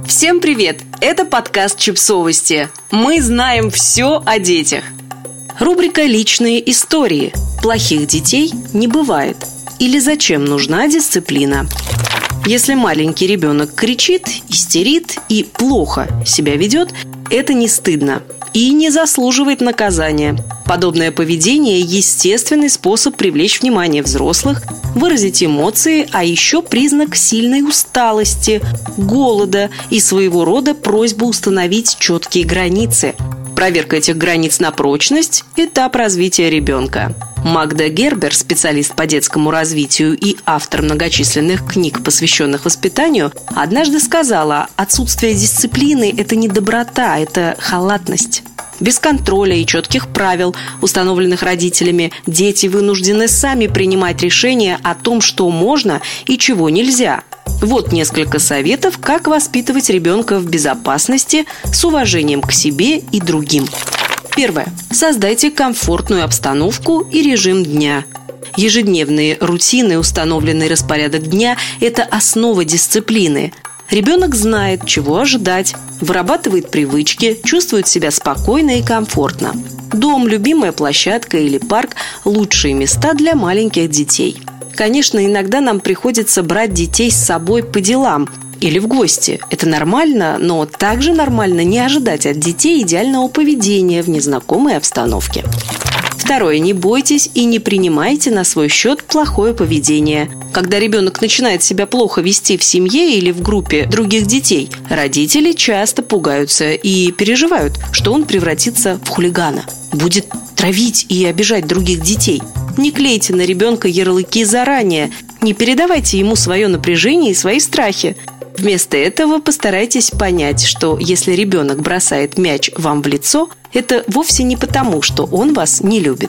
Всем привет! Это подкаст «Чипсовости». Мы знаем все о детях. Рубрика «Личные истории». Плохих детей не бывает. Или зачем нужна дисциплина? Если маленький ребенок кричит, истерит и плохо себя ведет, это не стыдно и не заслуживает наказания. Подобное поведение – естественный способ привлечь внимание взрослых, выразить эмоции, а еще признак сильной усталости, голода и своего рода просьба установить четкие границы. Проверка этих границ на прочность – этап развития ребенка. Магда Гербер, специалист по детскому развитию и автор многочисленных книг, посвященных воспитанию, однажды сказала: отсутствие дисциплины – это не доброта, это халатность. Без контроля и четких правил, установленных родителями, дети вынуждены сами принимать решения о том, что можно и чего нельзя. Вот несколько советов, как воспитывать ребенка в безопасности, с уважением к себе и другим. Первое. Создайте комфортную обстановку и режим дня. Ежедневные рутины, установленный распорядок дня – это основа дисциплины. Ребенок знает, чего ожидать, вырабатывает привычки, чувствует себя спокойно и комфортно. Дом, любимая площадка или парк – лучшие места для маленьких детей. Конечно, иногда нам приходится брать детей с собой по делам или в гости. Это нормально, но также нормально не ожидать от детей идеального поведения в незнакомой обстановке. Второе. Не бойтесь и не принимайте на свой счет плохое поведение. Когда ребенок начинает себя плохо вести в семье или в группе других детей, родители часто пугаются и переживают, что он превратится в хулигана, будет травить и обижать других детей. Не клейте на ребенка ярлыки заранее, не передавайте ему свое напряжение и свои страхи. Вместо этого постарайтесь понять, что если ребенок бросает мяч вам в лицо, это вовсе не потому, что он вас не любит.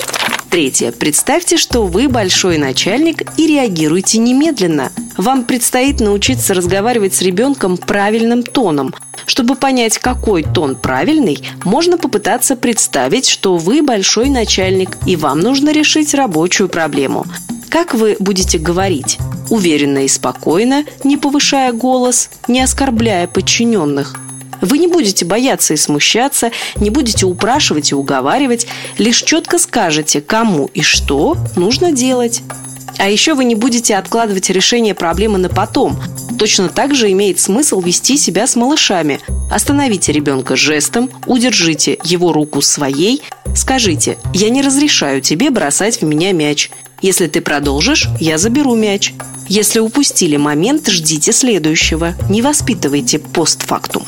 Третье. Представьте, что вы большой начальник и реагируйте немедленно. Вам предстоит научиться разговаривать с ребенком правильным тоном. Чтобы понять, какой тон правильный, можно попытаться представить, что вы большой начальник и вам нужно решить рабочую проблему. Как вы будете говорить? Уверенно и спокойно, не повышая голос, не оскорбляя подчиненных. Вы не будете бояться и смущаться, не будете упрашивать и уговаривать, лишь четко скажете, кому и что нужно делать. А еще вы не будете откладывать решение проблемы на потом. Точно так же имеет смысл вести себя с малышами. Остановите ребенка жестом, удержите его руку своей, скажите: «Я не разрешаю тебе бросать в меня мяч. Если ты продолжишь, я заберу мяч». Если упустили момент, ждите следующего. Не воспитывайте постфактум.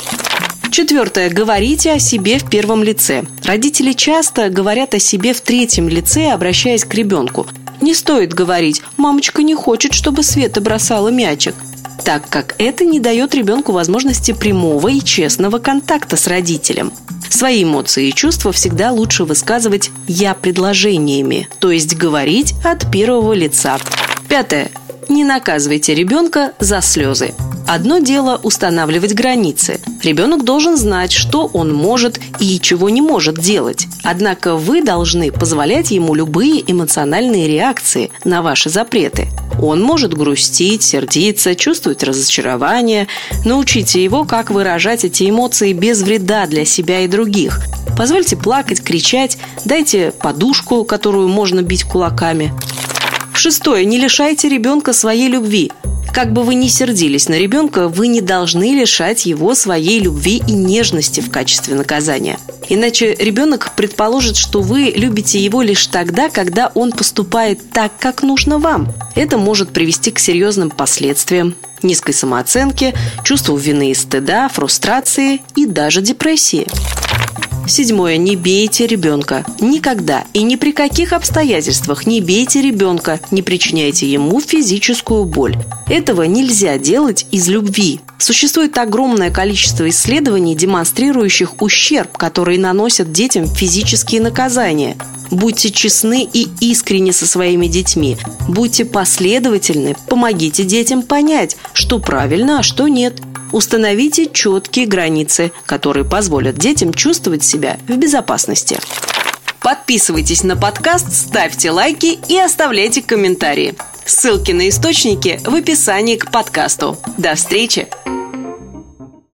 Четвертое. Говорите о себе в первом лице. Родители часто говорят о себе в третьем лице, обращаясь к ребенку. Не стоит говорить: «Мамочка не хочет, чтобы Света бросала мячик», так как это не дает ребенку возможности прямого и честного контакта с родителем. Свои эмоции и чувства всегда лучше высказывать «я» предложениями, то есть говорить от первого лица. Пятое. Не наказывайте ребенка за слезы. Одно дело устанавливать границы. Ребенок должен знать, что он может и чего не может делать. Однако вы должны позволять ему любые эмоциональные реакции на ваши запреты. Он может грустить, сердиться, чувствовать разочарование. Научите его, как выражать эти эмоции без вреда для себя и других. Позвольте плакать, кричать, дайте подушку, которую можно бить кулаками. Шестое. Не лишайте ребенка своей любви. Как бы вы ни сердились на ребенка, вы не должны лишать его своей любви и нежности в качестве наказания. Иначе ребенок предположит, что вы любите его лишь тогда, когда он поступает так, как нужно вам. Это может привести к серьезным последствиям: низкой самооценке, чувству вины и стыда, фрустрации и даже депрессии. Седьмое. Не бейте ребенка. Никогда и ни при каких обстоятельствах не бейте ребенка, не причиняйте ему физическую боль. Этого нельзя делать из любви. Существует огромное количество исследований, демонстрирующих ущерб, который наносят детям физические наказания. Будьте честны и искренни со своими детьми. Будьте последовательны. Помогите детям понять, что правильно, а что нет. Установите четкие границы, которые позволят детям чувствовать себя в безопасности. Подписывайтесь на подкаст, ставьте лайки и оставляйте комментарии. Ссылки на источники в описании к подкасту. До встречи!